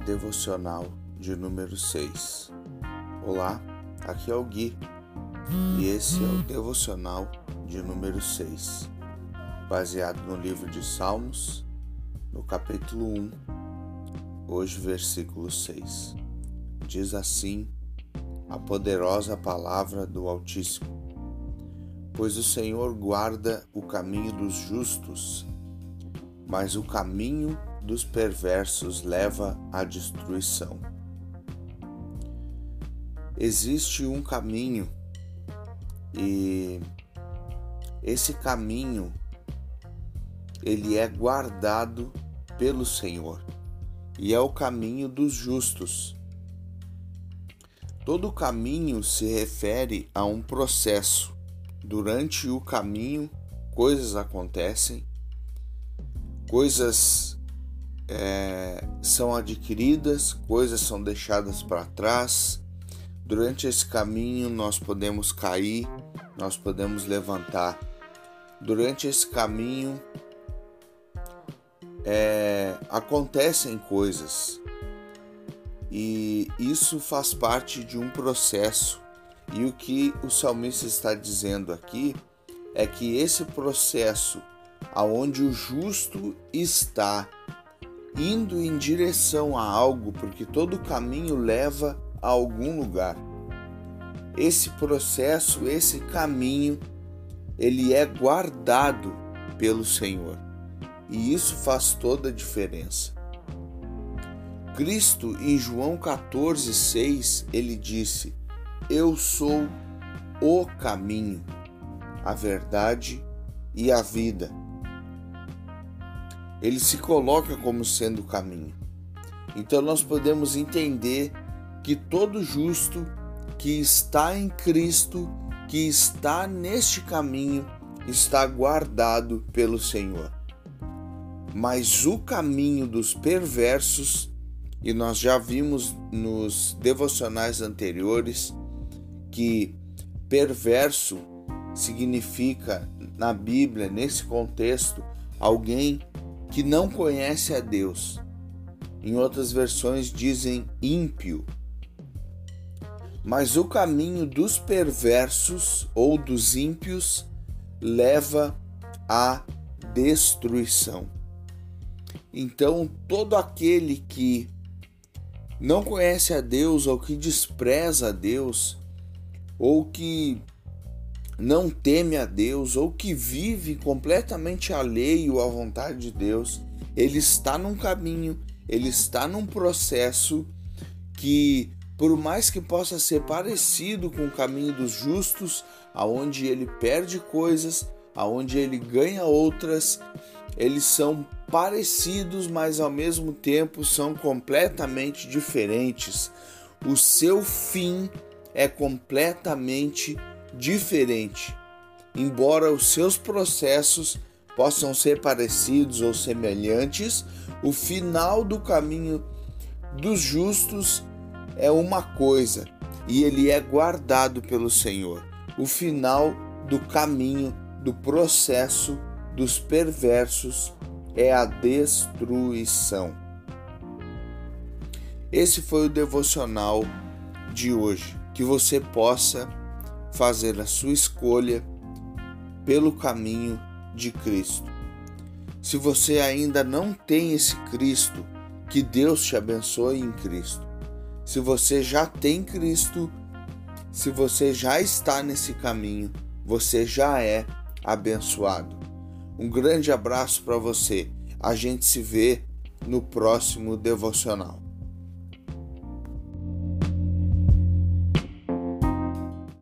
Devocional de número 6. Olá, aqui é o Gui e esse é o Devocional de número 6, baseado no livro de Salmos, no capítulo 1, hoje versículo 6. Diz assim a poderosa palavra do Altíssimo: pois o Senhor guarda o caminho dos justos, mas o caminho dos perversos leva à destruição. Existe um caminho e esse caminho ele é guardado pelo Senhor e é o caminho dos justos. Todo caminho se refere a um processo. Durante o caminho, coisas acontecem, coisas são adquiridas, coisas são deixadas para trás. Durante esse caminho nós podemos cair, nós podemos levantar. Durante esse caminho acontecem coisas e isso faz parte de um processo. E o que o salmista está dizendo aqui é que esse processo aonde o justo está indo em direção a algo, porque todo caminho leva a algum lugar. Esse processo, esse caminho, ele é guardado pelo Senhor. E isso faz toda a diferença. Cristo, em João 14,6, ele disse: eu sou o caminho, a verdade e a vida. Ele se coloca como sendo o caminho. Então nós podemos entender que todo justo que está em Cristo, que está neste caminho, está guardado pelo Senhor. Mas o caminho dos perversos, e nós já vimos nos devocionais anteriores que perverso significa na Bíblia, nesse contexto, alguém que não conhece a Deus. Em outras versões dizem ímpio. Mas o caminho dos perversos ou dos ímpios leva à destruição. Então, todo aquele que não conhece a Deus ou que despreza a Deus, ou que não teme a Deus, ou que vive completamente alheio à vontade de Deus, ele está num caminho, ele está num processo que, por mais que possa ser parecido com o caminho dos justos, aonde ele perde coisas, aonde ele ganha outras, eles são parecidos, mas ao mesmo tempo são completamente diferentes. O seu fim é completamente diferente. Embora os seus processos possam ser parecidos ou semelhantes, o final do caminho dos justos é uma coisa e ele é guardado pelo Senhor. O final do caminho, do processo dos perversos é a destruição. Esse foi o devocional de hoje. Que você possa fazer a sua escolha pelo caminho de Cristo. Se você ainda não tem esse Cristo, que Deus te abençoe em Cristo. Se você já tem Cristo, se você já está nesse caminho, você já é abençoado. Um grande abraço para você. A gente se vê no próximo devocional.